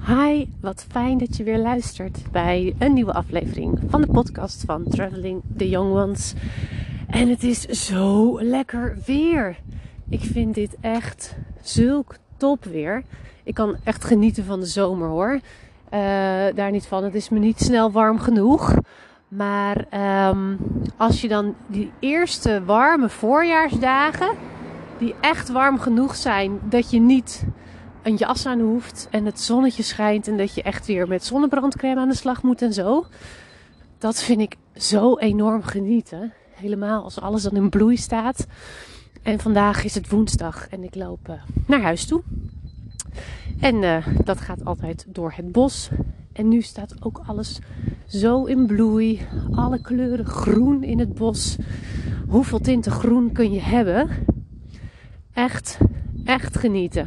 Hi, wat fijn dat je weer luistert bij een nieuwe aflevering van de podcast van Traveling the Young Ones. En het is zo lekker weer. Ik vind dit echt zulk top weer. Ik kan echt genieten van de zomer hoor. Daar niet van, het is me niet snel warm genoeg. Maar als je dan die eerste warme voorjaarsdagen, die echt warm genoeg zijn dat je niet een jas aan hoeft en het zonnetje schijnt en dat je echt weer met zonnebrandcrème aan de slag moet en zo. Dat vind ik zo enorm genieten. Helemaal als alles dan in bloei staat. En vandaag is het woensdag en ik loop naar huis toe. En dat gaat altijd door het bos. En nu staat ook alles zo in bloei. Alle kleuren groen in het bos. Hoeveel tinten groen kun je hebben? Echt genieten.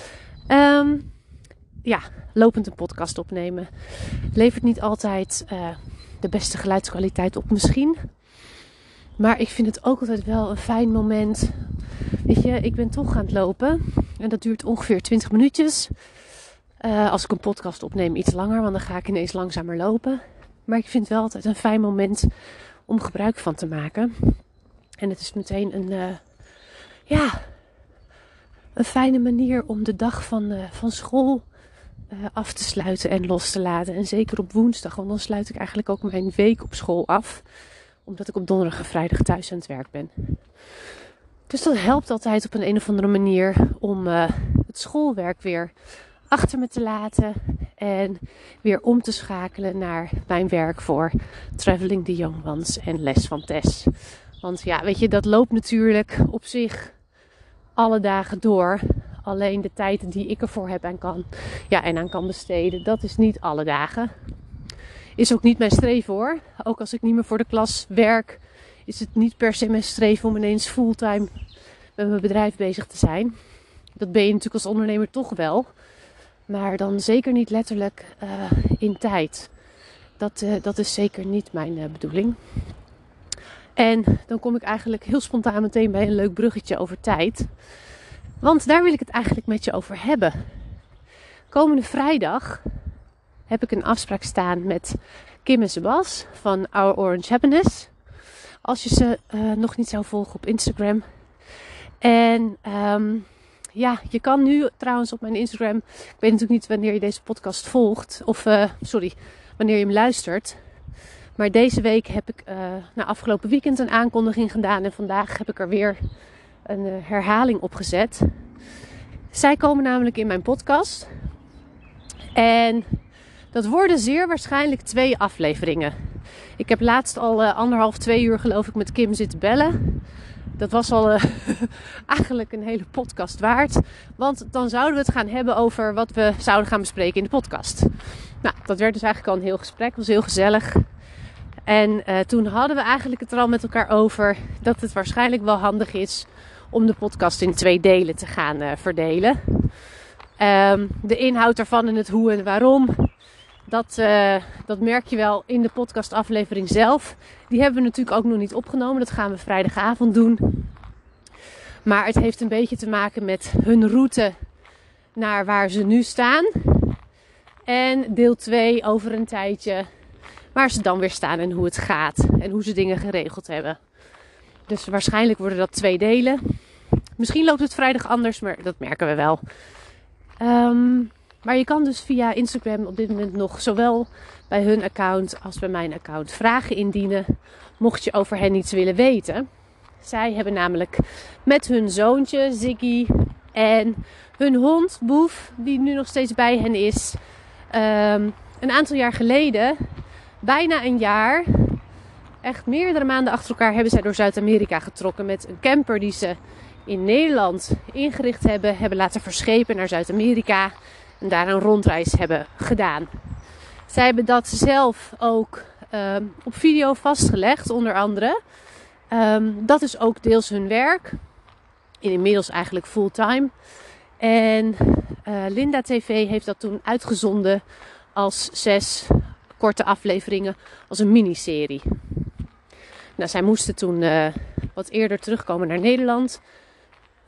Lopend een podcast opnemen. Levert niet altijd de beste geluidskwaliteit op misschien. Maar ik vind het ook altijd wel een fijn moment. Weet je, ik ben toch aan het lopen. En dat duurt ongeveer 20 minuutjes. Als ik een podcast opneem iets langer. Want dan ga ik ineens langzamer lopen. Maar ik vind het wel altijd een fijn moment om gebruik van te maken. En het is meteen een fijne manier om de dag van school af te sluiten en los te laten. En zeker op woensdag, want dan sluit ik eigenlijk ook mijn week op school af. Omdat ik op donderdag en vrijdag thuis aan het werk ben. Dus dat helpt altijd op een of andere manier om het schoolwerk weer achter me te laten. En weer om te schakelen naar mijn werk voor Traveling the Young Ones en les van Tess. Want ja, weet je, dat loopt natuurlijk op zich alle dagen door. Alleen de tijd die ik ervoor heb en aan kan besteden, dat is niet alle dagen. Is ook niet mijn streven hoor. Ook als ik niet meer voor de klas werk, is het niet per se mijn streven om ineens fulltime met mijn bedrijf bezig te zijn. Dat ben je natuurlijk als ondernemer toch wel. Maar dan zeker niet letterlijk in tijd. Dat is zeker niet mijn bedoeling. En dan kom ik eigenlijk heel spontaan meteen bij een leuk bruggetje over tijd. Want daar wil ik het eigenlijk met je over hebben. Komende vrijdag heb ik een afspraak staan met Kim en Sebas van Our Orange Happiness. Als je ze nog niet zou volgen op Instagram. En je kan nu trouwens op mijn Instagram. Ik weet natuurlijk niet wanneer je deze podcast volgt. Wanneer je hem luistert. Maar deze week heb ik afgelopen weekend een aankondiging gedaan. En vandaag heb ik er weer een herhaling opgezet. Zij komen namelijk in mijn podcast. En dat worden zeer waarschijnlijk 2 afleveringen. Ik heb laatst al 1,5-2 uur geloof ik met Kim zitten bellen. Dat was al eigenlijk een hele podcast waard. Want dan zouden we het gaan hebben over wat we zouden gaan bespreken in de podcast. Nou, dat werd dus eigenlijk al een heel gesprek. Het was heel gezellig. En toen hadden we eigenlijk het er al met elkaar over dat het waarschijnlijk wel handig is om de podcast in 2 delen te gaan verdelen. De inhoud daarvan en het hoe en waarom, dat merk je wel in de podcastaflevering zelf. Die hebben we natuurlijk ook nog niet opgenomen. Dat gaan we vrijdagavond doen. Maar het heeft een beetje te maken met hun route naar waar ze nu staan. En deel 2 over een tijdje waar ze dan weer staan en hoe het gaat. En hoe ze dingen geregeld hebben. Dus waarschijnlijk worden dat 2 delen. Misschien loopt het vrijdag anders, maar dat merken we wel. Maar je kan dus via Instagram op dit moment nog zowel bij hun account als bij mijn account vragen indienen. Mocht je over hen iets willen weten. Zij hebben namelijk met hun zoontje Ziggy en hun hond Boef, die nu nog steeds bij hen is. Een aantal jaar geleden, bijna een jaar, echt meerdere maanden achter elkaar, hebben zij door Zuid-Amerika getrokken met een camper die ze in Nederland ingericht hebben laten verschepen naar Zuid-Amerika en daar een rondreis hebben gedaan. Zij hebben dat zelf ook op video vastgelegd, onder andere. Dat is ook deels hun werk. Inmiddels eigenlijk fulltime. En Linda TV heeft dat toen uitgezonden als 6 korte afleveringen als een miniserie. Nou, zij moesten toen wat eerder terugkomen naar Nederland.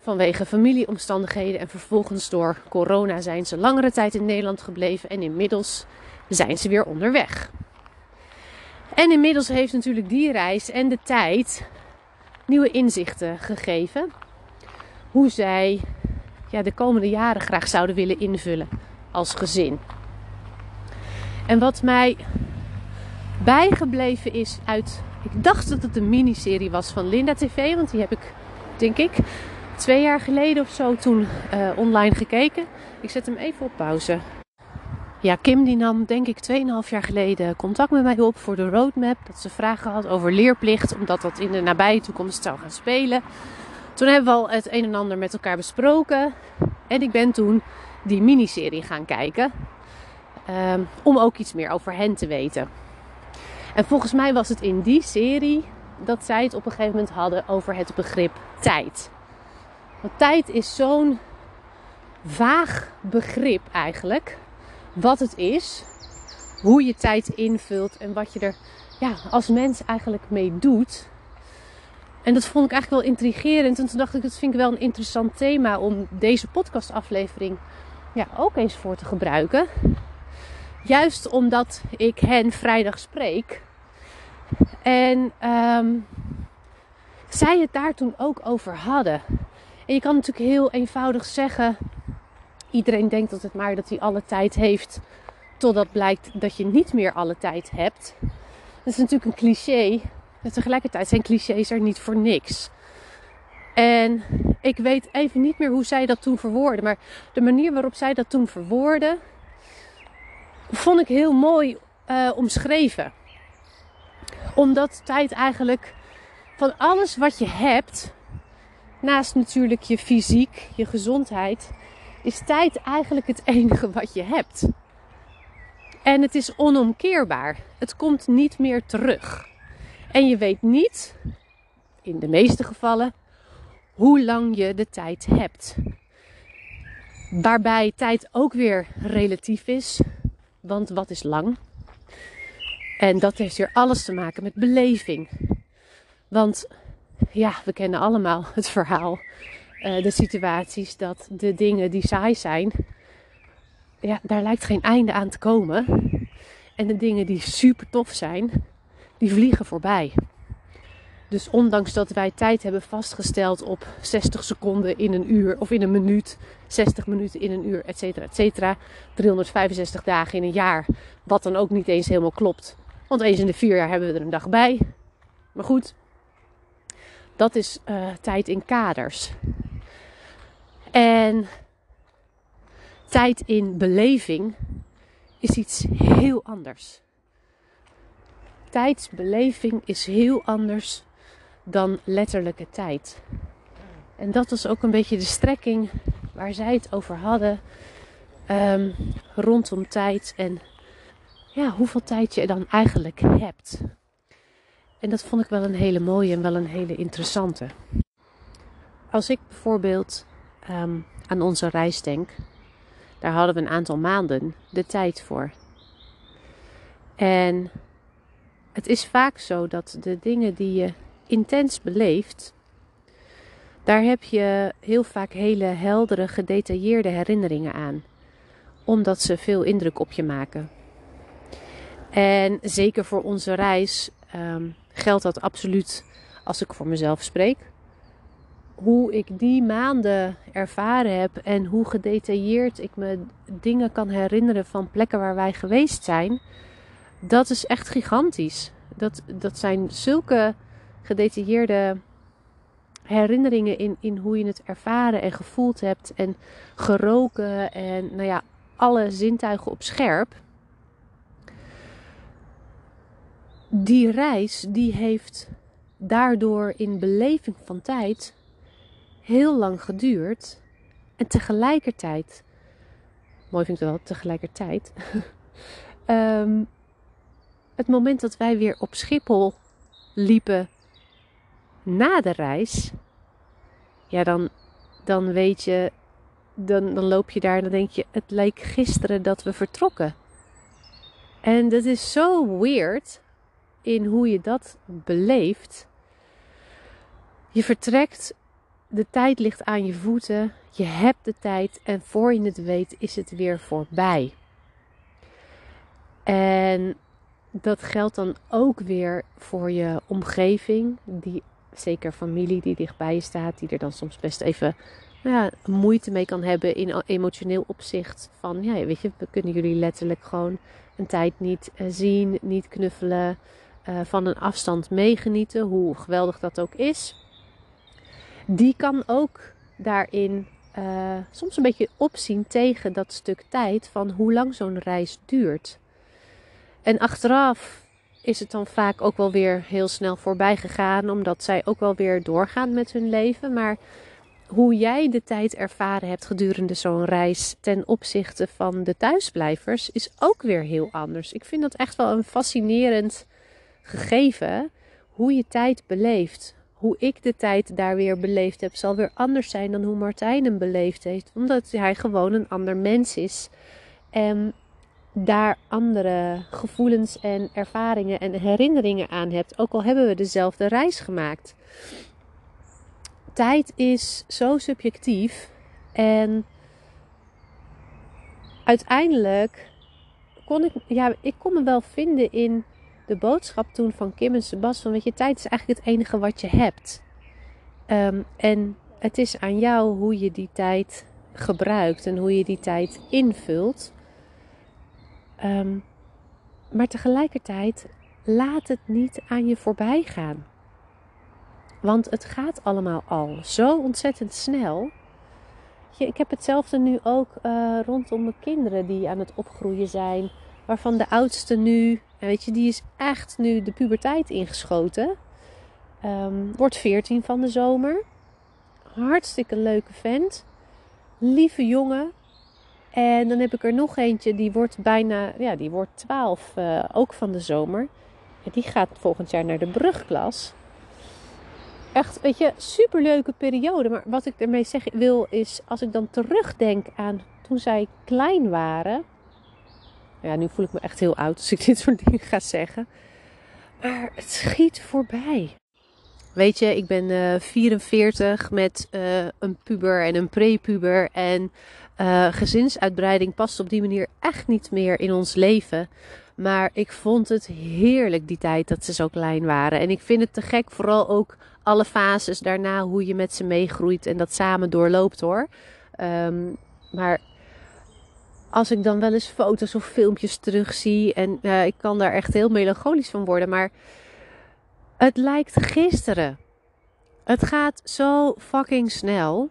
vanwege familieomstandigheden en vervolgens door corona zijn ze langere tijd in Nederland gebleven en inmiddels zijn ze weer onderweg. En inmiddels heeft natuurlijk die reis en de tijd nieuwe inzichten gegeven hoe zij de komende jaren graag zouden willen invullen als gezin. En wat mij bijgebleven is ik dacht dat het een miniserie was van Linda TV, want die heb ik, denk ik, 2 jaar geleden of zo toen online gekeken. Ik zet hem even op pauze. Ja, Kim die nam, denk ik, 2,5 jaar geleden contact met mij op voor de roadmap. Dat ze vragen had over leerplicht, omdat dat in de nabije toekomst zou gaan spelen. Toen hebben we al het een en ander met elkaar besproken. En ik ben toen die miniserie gaan kijken. Om ook iets meer over hen te weten. En volgens mij was het in die serie dat zij het op een gegeven moment hadden over het begrip tijd. Want tijd is zo'n vaag begrip eigenlijk. Wat het is, hoe je tijd invult en wat je er als mens eigenlijk mee doet. En dat vond ik eigenlijk wel intrigerend. En toen dacht ik, dat vind ik wel een interessant thema om deze podcastaflevering ook eens voor te gebruiken. Juist omdat ik hen vrijdag spreek. En zij het daar toen ook over hadden. En je kan natuurlijk heel eenvoudig zeggen, iedereen denkt altijd maar dat hij alle tijd heeft, totdat blijkt dat je niet meer alle tijd hebt. Dat is natuurlijk een cliché. En tegelijkertijd zijn clichés er niet voor niks. En ik weet even niet meer hoe zij dat toen verwoordden. Maar de manier waarop zij dat toen verwoordden, vond ik heel mooi omschreven. Omdat tijd eigenlijk van alles wat je hebt, naast natuurlijk je fysiek, je gezondheid, is tijd eigenlijk het enige wat je hebt. En het is onomkeerbaar. Het komt niet meer terug. En je weet niet, in de meeste gevallen, hoe lang je de tijd hebt. Waarbij tijd ook weer relatief is. Want wat is lang? En dat heeft weer alles te maken met beleving. Want we kennen allemaal het verhaal. De situaties dat de dingen die saai zijn, daar lijkt geen einde aan te komen. En de dingen die super tof zijn, die vliegen voorbij. Dus ondanks dat wij tijd hebben vastgesteld op 60 seconden in een uur of in een minuut, 60 minuten in een uur, et cetera, 365 dagen in een jaar, wat dan ook niet eens helemaal klopt. Want eens in de 4 jaar hebben we er een dag bij. Maar goed, dat is tijd in kaders. En tijd in beleving is iets heel anders. Tijdsbeleving is heel anders dan letterlijke tijd. En dat was ook een beetje de strekking waar zij het over hadden rondom tijd en hoeveel tijd je dan eigenlijk hebt. En dat vond ik wel een hele mooie en wel een hele interessante. Als ik bijvoorbeeld aan onze reis denk, daar hadden we een aantal maanden de tijd voor. En het is vaak zo dat de dingen die je intens beleeft, daar heb je heel vaak hele heldere, gedetailleerde herinneringen aan. Omdat ze veel indruk op je maken. En zeker voor onze reis geldt dat absoluut als ik voor mezelf spreek. Hoe ik die maanden ervaren heb en hoe gedetailleerd ik me dingen kan herinneren van plekken waar wij geweest zijn, dat is echt gigantisch. Dat zijn zulke gedetailleerde herinneringen in hoe je het ervaren en gevoeld hebt en geroken en alle zintuigen op scherp. Die reis die heeft daardoor in beleving van tijd heel lang geduurd. En tegelijkertijd, mooi vind ik het wel, tegelijkertijd, het moment dat wij weer op Schiphol liepen na de reis, dan weet je, dan loop je daar en dan denk je, het leek gisteren dat we vertrokken. En dat is zo weird in hoe je dat beleeft. Je vertrekt de tijd ligt aan je voeten. Je hebt de tijd en voor je het weet is het weer voorbij. En dat geldt dan ook weer voor je omgeving. Zeker familie die dichtbij je staat. Die er dan soms best even moeite mee kan hebben in emotioneel opzicht. Van weet je, we kunnen jullie letterlijk gewoon een tijd niet zien, niet knuffelen. Van een afstand meegenieten. Hoe geweldig dat ook is. Die kan ook daarin soms een beetje opzien tegen dat stuk tijd van hoe lang zo'n reis duurt. En achteraf is het dan vaak ook wel weer heel snel voorbij gegaan, omdat zij ook wel weer doorgaan met hun leven. Maar hoe jij de tijd ervaren hebt gedurende zo'n reis ten opzichte van de thuisblijvers is ook weer heel anders. Ik vind dat echt wel een fascinerend gegeven, hoe je tijd beleeft. Hoe ik de tijd daar weer beleefd heb, zal weer anders zijn dan hoe Martijn hem beleefd heeft. Omdat hij gewoon een ander mens is. En daar andere gevoelens en ervaringen en herinneringen aan hebt. Ook al hebben we dezelfde reis gemaakt. Tijd is zo subjectief. En uiteindelijk ik kon me wel vinden in de boodschap toen van Kim en Sebas. Van tijd is eigenlijk het enige wat je hebt. En het is aan jou hoe je die tijd gebruikt en hoe je die tijd invult. Maar tegelijkertijd laat het niet aan je voorbij gaan. Want het gaat allemaal al zo ontzettend snel. Ik heb hetzelfde nu ook rondom mijn kinderen die aan het opgroeien zijn. Waarvan de oudste nu, die is echt nu de puberteit ingeschoten. Wordt 14 van de zomer. Hartstikke leuke vent. Lieve jongen. En dan heb ik er nog eentje, die wordt 12, ook van de zomer. En die gaat volgend jaar naar de brugklas. Echt, superleuke periode. Maar wat ik ermee zeggen wil is, als ik dan terugdenk aan toen zij klein waren. Ja, nu voel ik me echt heel oud als ik dit soort dingen ga zeggen. Maar het schiet voorbij. Weet je, ik ben 44 met een puber en een prepuber. En gezinsuitbreiding past op die manier echt niet meer in ons leven. Maar ik vond het heerlijk die tijd dat ze zo klein waren. En ik vind het te gek, vooral ook alle fases daarna, hoe je met ze meegroeit en dat samen doorloopt hoor. Maar als ik dan wel eens foto's of filmpjes terugzie en ik kan daar echt heel melancholisch van worden. Maar het lijkt gisteren. Het gaat zo fucking snel.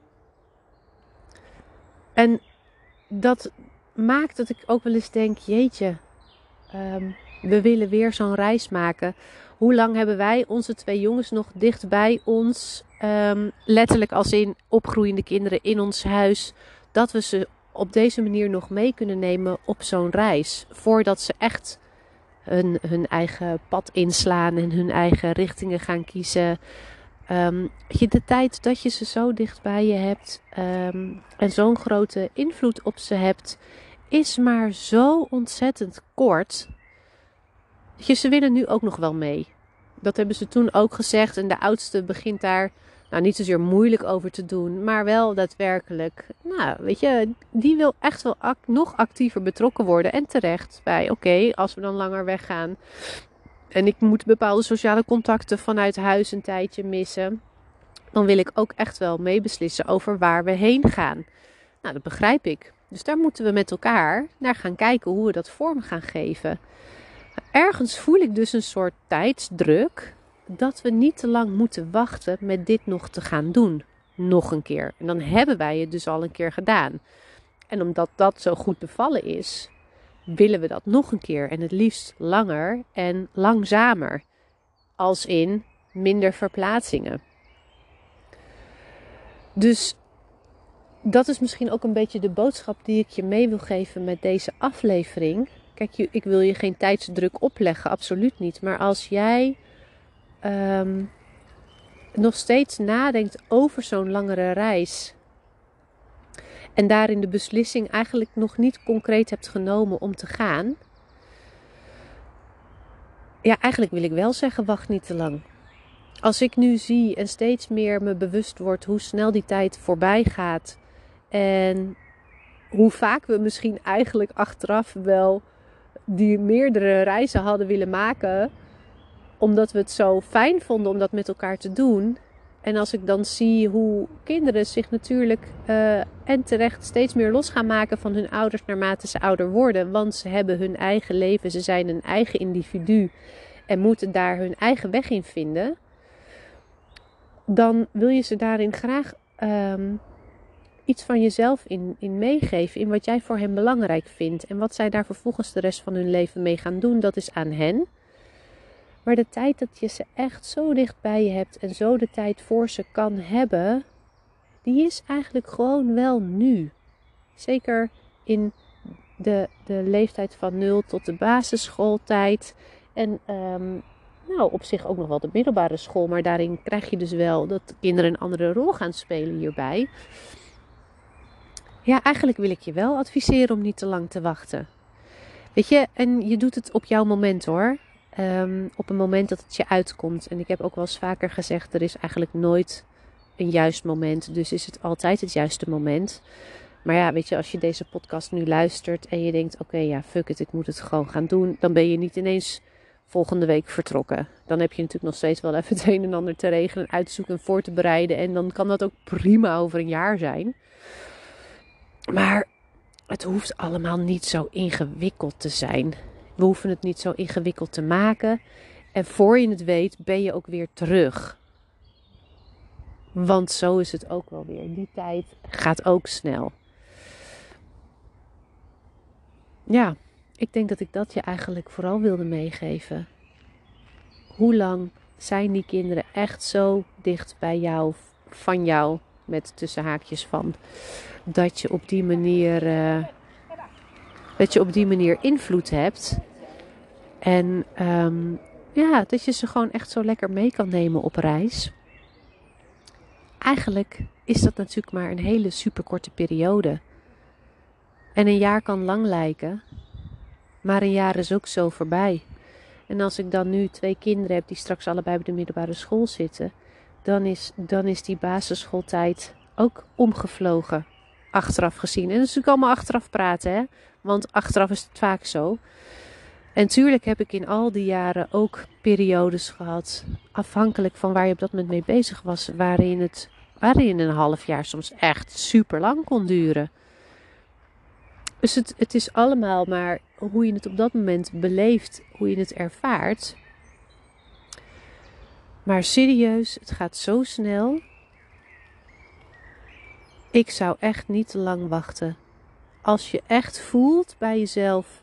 En dat maakt dat ik ook wel eens denk, jeetje, we willen weer zo'n reis maken. Hoe lang hebben wij onze 2 jongens nog dicht bij ons, letterlijk als in opgroeiende kinderen in ons huis, dat we ze op deze manier nog mee kunnen nemen op zo'n reis. Voordat ze echt hun eigen pad inslaan en hun eigen richtingen gaan kiezen. De tijd dat je ze zo dicht bij je hebt en zo'n grote invloed op ze hebt, is maar zo ontzettend kort. Ze willen nu ook nog wel mee. Dat hebben ze toen ook gezegd. En de oudste begint daar niet zozeer moeilijk over te doen, maar wel daadwerkelijk. Die wil echt wel nog actiever betrokken worden. En terecht bij, oké, als we dan langer weggaan en ik moet bepaalde sociale contacten vanuit huis een tijdje missen, dan wil ik ook echt wel meebeslissen over waar we heen gaan. Nou, dat begrijp ik. Dus daar moeten we met elkaar naar gaan kijken hoe we dat vorm gaan geven. Ergens voel ik dus een soort tijdsdruk dat we niet te lang moeten wachten met dit nog te gaan doen. Nog een keer. En dan hebben wij het dus al een keer gedaan. En omdat dat zo goed bevallen is, willen we dat nog een keer. En het liefst langer en langzamer. Als in minder verplaatsingen. Dus dat is misschien ook een beetje de boodschap die ik je mee wil geven met deze aflevering. Kijk, ik wil je geen tijdsdruk opleggen, absoluut niet. Maar als jij nog steeds nadenkt over zo'n langere reis en daarin de beslissing eigenlijk nog niet concreet hebt genomen om te gaan. Ja, eigenlijk wil ik wel zeggen, wacht niet te lang. als ik nu zie en steeds meer me bewust word hoe snel die tijd voorbij gaat. En hoe vaak we misschien eigenlijk achteraf wel die meerdere reizen hadden willen maken. Omdat we het zo fijn vonden om dat met elkaar te doen. En als ik dan zie hoe kinderen zich natuurlijk en terecht steeds meer los gaan maken van hun ouders naarmate ze ouder worden. Want ze hebben hun eigen leven, ze zijn een eigen individu en moeten daar hun eigen weg in vinden. Dan wil je ze daarin graag iets van jezelf in meegeven. In wat jij voor hen belangrijk vindt. En wat zij daar vervolgens de rest van hun leven mee gaan doen, dat is aan hen. Maar de tijd dat je ze echt zo dicht bij je hebt en zo de tijd voor ze kan hebben, die is eigenlijk gewoon wel nu. Zeker in de leeftijd van 0 tot de basisschooltijd. En op zich ook nog wel de middelbare school. Maar daarin krijg je dus wel dat de kinderen een andere rol gaan spelen hierbij. Ja, eigenlijk wil ik je wel adviseren om niet te lang te wachten. Weet je, en je doet het op jouw moment hoor. Op een moment dat het je uitkomt. En ik heb ook wel eens vaker gezegd, er is eigenlijk nooit een juist moment. Dus is het altijd het juiste moment. Maar ja, weet je, als je deze podcast nu luistert en je denkt, oké, ja, fuck it, ik moet het gewoon gaan doen. Dan ben je niet ineens volgende week vertrokken. Dan heb je natuurlijk nog steeds wel even het een en ander te regelen, uit te zoeken en voor te bereiden. En dan kan dat ook prima over een jaar zijn. Maar het hoeft allemaal niet zo ingewikkeld te zijn. We hoeven het niet zo ingewikkeld te maken. En voor je het weet ben je ook weer terug. Want zo is het ook wel weer. Die tijd gaat ook snel. Ja, ik denk dat ik dat je eigenlijk vooral wilde meegeven. Hoe lang zijn die kinderen echt zo dicht bij jou, van jou, met tussenhaakjes van, dat je op die manier invloed hebt. En dat je ze gewoon echt zo lekker mee kan nemen op reis. Eigenlijk is dat natuurlijk maar een hele superkorte periode. En een jaar kan lang lijken. Maar een jaar is ook zo voorbij. En als ik dan nu 2 kinderen heb die straks allebei bij de middelbare school zitten. Dan is die basisschooltijd ook omgevlogen. Achteraf gezien. En dat is natuurlijk allemaal achteraf praten, hè. Want achteraf is het vaak zo. En tuurlijk heb ik in al die jaren ook periodes gehad, afhankelijk van waar je op dat moment mee bezig was, waarin een half jaar soms echt super lang kon duren. Dus het is allemaal maar hoe je het op dat moment beleeft, hoe je het ervaart. Maar serieus, het gaat zo snel. Ik zou echt niet te lang wachten. Als je echt voelt bij jezelf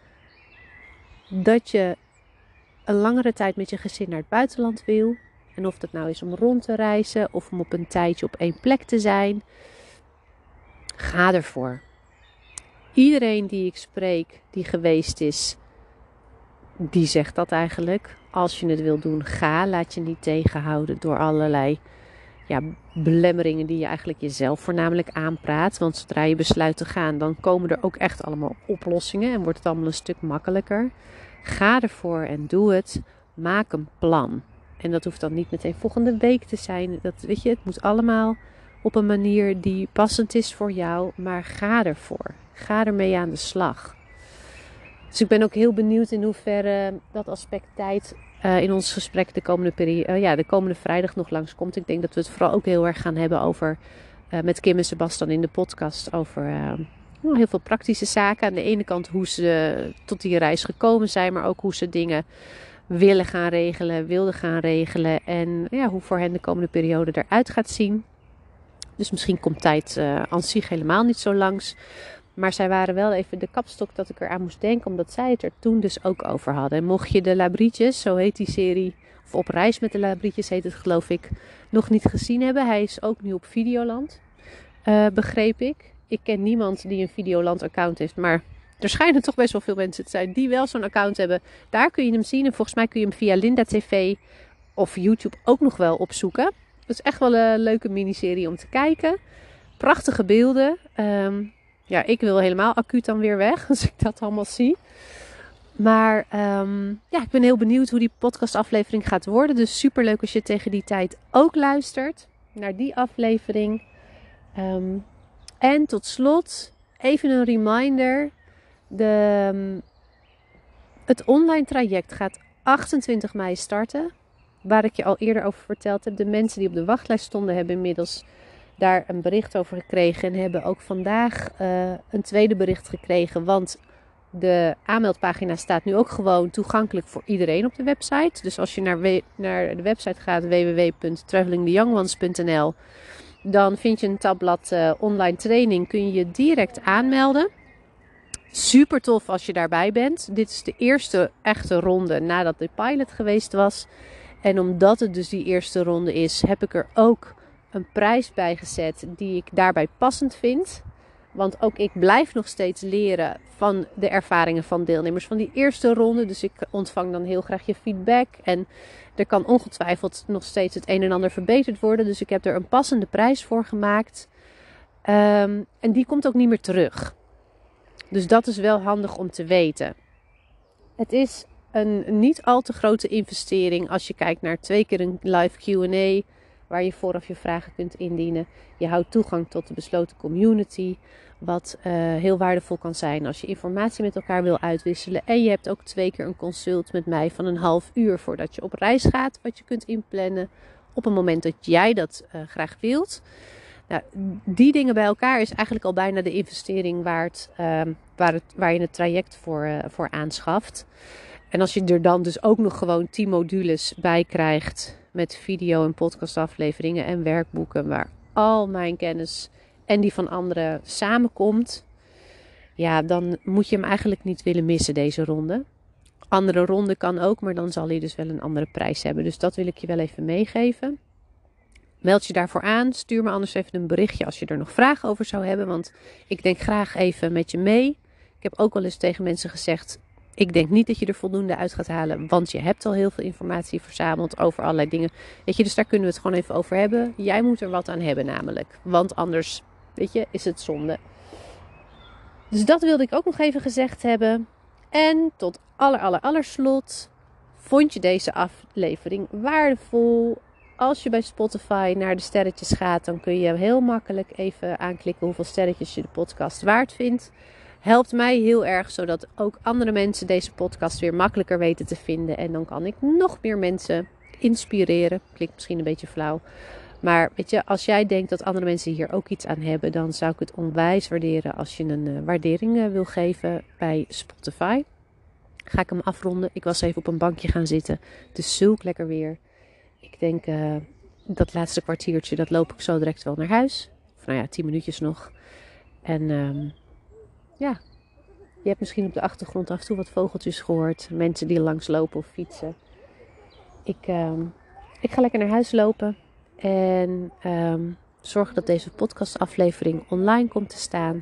dat je een langere tijd met je gezin naar het buitenland wil. En of dat nou is om rond te reizen of om op een tijdje op één plek te zijn. Ga ervoor. Iedereen die ik spreek, die geweest is, die zegt dat eigenlijk. Als je het wil doen, ga. Laat je niet tegenhouden door allerlei belemmeringen die je eigenlijk jezelf voornamelijk aanpraat. Want zodra je besluit te gaan, dan komen er ook echt allemaal oplossingen. En wordt het allemaal een stuk makkelijker. Ga ervoor en doe het. Maak een plan. En dat hoeft dan niet meteen volgende week te zijn. Het moet allemaal op een manier die passend is voor jou. Maar ga ervoor. Ga ermee aan de slag. Dus ik ben ook heel benieuwd in hoeverre dat aspect tijd in ons gesprek de komende vrijdag nog langskomt. Ik denk dat we het vooral ook heel erg gaan hebben over, met Kim en Sebastian in de podcast, over heel veel praktische zaken. Aan de ene kant hoe ze tot die reis gekomen zijn, maar ook hoe ze dingen wilden gaan regelen. En hoe voor hen de komende periode eruit gaat zien. Dus misschien komt tijd aan zich helemaal niet zo langs. Maar zij waren wel even de kapstok dat ik eraan moest denken. Omdat zij het er toen dus ook over hadden. En mocht je de Labrietjes, zo heet die serie. Of Op reis met de Labrietjes heet het geloof ik. Nog niet gezien hebben. Hij is ook nu op Videoland. Begreep ik. Ik ken niemand die een Videoland account heeft. Maar er schijnen toch best wel veel mensen te zijn die wel zo'n account hebben. Daar kun je hem zien. En volgens mij kun je hem via Linda TV of YouTube ook nog wel opzoeken. Het is echt wel een leuke miniserie om te kijken. Prachtige beelden. Ik wil helemaal acuut dan weer weg als ik dat allemaal zie. Maar ik ben heel benieuwd hoe die podcastaflevering gaat worden. Dus superleuk als je tegen die tijd ook luistert naar die aflevering. En tot slot even een reminder. Het online traject gaat 28 mei starten. Waar ik je al eerder over verteld heb. De mensen die op de wachtlijst stonden hebben inmiddels daar een bericht over gekregen. En hebben ook vandaag een tweede bericht gekregen. Want de aanmeldpagina staat nu ook gewoon toegankelijk voor iedereen op de website. Dus als je naar de website gaat www.travelingtheyoungones.nl, dan vind je een tabblad online training. Kun je je direct aanmelden. Super tof als je daarbij bent. Dit is de eerste echte ronde nadat de pilot geweest was. En omdat het dus die eerste ronde is, heb ik er ook een prijs bij gezet die ik daarbij passend vind. Want ook ik blijf nog steeds leren van de ervaringen van deelnemers van die eerste ronde. Dus ik ontvang dan heel graag je feedback. En er kan ongetwijfeld nog steeds het een en ander verbeterd worden. Dus ik heb er een passende prijs voor gemaakt. En die komt ook niet meer terug. Dus dat is wel handig om te weten. Het is een niet al te grote investering als je kijkt naar 2 keer een live Q&A. Waar je vooraf je vragen kunt indienen. Je houdt toegang tot de besloten community. Wat heel waardevol kan zijn als je informatie met elkaar wil uitwisselen. En je hebt ook 2 keer een consult met mij van een half uur voordat je op reis gaat. Wat je kunt inplannen op een moment dat jij dat graag wilt. Nou, die dingen bij elkaar is eigenlijk al bijna de investering waard waar je het traject voor aanschaft. En als je er dan dus ook nog gewoon 10 modules bij krijgt met video- en podcastafleveringen en werkboeken waar al mijn kennis en die van anderen samenkomt, ja, dan moet je hem eigenlijk niet willen missen, deze ronde. Andere ronde kan ook, maar dan zal hij dus wel een andere prijs hebben. Dus dat wil ik je wel even meegeven. Meld je daarvoor aan. Stuur me anders even een berichtje als je er nog vragen over zou hebben. Want ik denk graag even met je mee. Ik heb ook wel eens tegen mensen gezegd, ik denk niet dat je er voldoende uit gaat halen. Want je hebt al heel veel informatie verzameld over allerlei dingen. Weet je, dus daar kunnen we het gewoon even over hebben. Jij moet er wat aan hebben namelijk. Want anders, weet je, is het zonde. Dus dat wilde ik ook nog even gezegd hebben. En tot allerslot. Vond je deze aflevering waardevol? Als je bij Spotify naar de sterretjes gaat, dan kun je heel makkelijk even aanklikken hoeveel sterretjes je de podcast waard vindt. Helpt mij heel erg, zodat ook andere mensen deze podcast weer makkelijker weten te vinden. En dan kan ik nog meer mensen inspireren. Klinkt misschien een beetje flauw. Maar weet je, als jij denkt dat andere mensen hier ook iets aan hebben, dan zou ik het onwijs waarderen als je een waardering wil geven bij Spotify. Ga ik hem afronden. Ik was even op een bankje gaan zitten. Het is zulk lekker weer. Ik denk dat laatste kwartiertje, dat loop ik zo direct wel naar huis. Of nou ja, 10 minuutjes nog. En je hebt misschien op de achtergrond af en toe wat vogeltjes gehoord. Mensen die langslopen of fietsen. Ik ga lekker naar huis lopen. En zorgen dat deze podcastaflevering online komt te staan.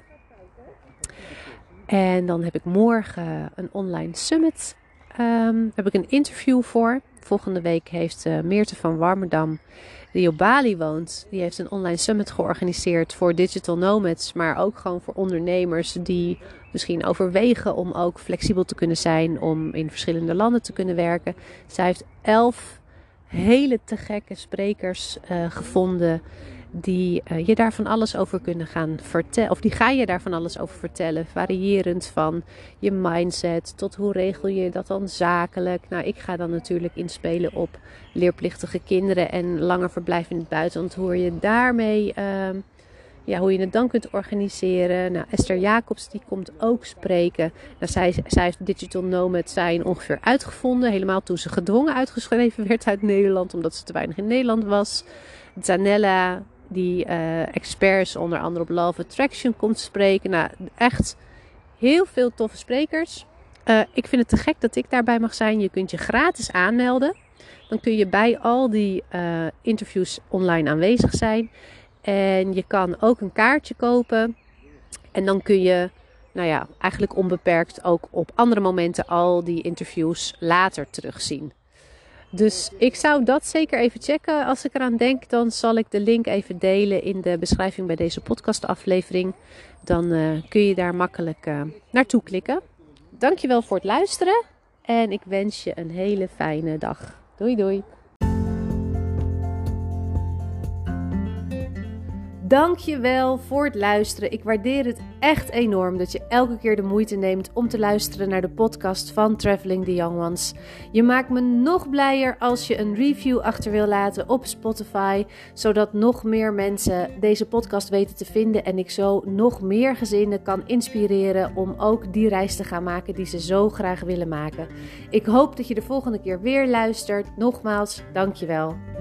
En dan heb ik morgen een online summit. Heb ik een interview voor. Volgende week heeft Meerte van Warmerdam, die op Bali woont, die heeft een online summit georganiseerd voor digital nomads. Maar ook gewoon voor ondernemers die misschien overwegen om ook flexibel te kunnen zijn. Om in verschillende landen te kunnen werken. Zij heeft 11 hele te gekke sprekers gevonden. Die je daar van alles over kunnen gaan vertellen. Of die ga je daar van alles over vertellen. Variërend van je mindset tot hoe regel je dat dan zakelijk. Nou, ik ga dan natuurlijk inspelen op leerplichtige kinderen en langer verblijf in het buitenland. Hoe je daarmee, hoe je het dan kunt organiseren. Nou, Esther Jacobs die komt ook spreken. Nou, zij heeft digital nomad zijn ongeveer uitgevonden. Helemaal toen ze gedwongen uitgeschreven werd uit Nederland. Omdat ze te weinig in Nederland was. Zanella, die experts onder andere op Law of Attraction komt spreken. Nou, echt heel veel toffe sprekers. Ik vind het te gek dat ik daarbij mag zijn. Je kunt je gratis aanmelden. Dan kun je bij al die interviews online aanwezig zijn. En je kan ook een kaartje kopen. En dan kun je, eigenlijk onbeperkt ook op andere momenten al die interviews later terugzien. Dus ik zou dat zeker even checken. Als ik eraan denk, dan zal ik de link even delen in de beschrijving bij deze podcastaflevering. Dan kun je daar makkelijk naartoe klikken. Dankjewel voor het luisteren en ik wens je een hele fijne dag. Doei doei. Dankjewel voor het luisteren. Ik waardeer het echt enorm dat je elke keer de moeite neemt om te luisteren naar de podcast van Traveling the Young Ones. Je maakt me nog blijer als je een review achter wil laten op Spotify, zodat nog meer mensen deze podcast weten te vinden en ik zo nog meer gezinnen kan inspireren om ook die reis te gaan maken die ze zo graag willen maken. Ik hoop dat je de volgende keer weer luistert. Nogmaals, dankjewel.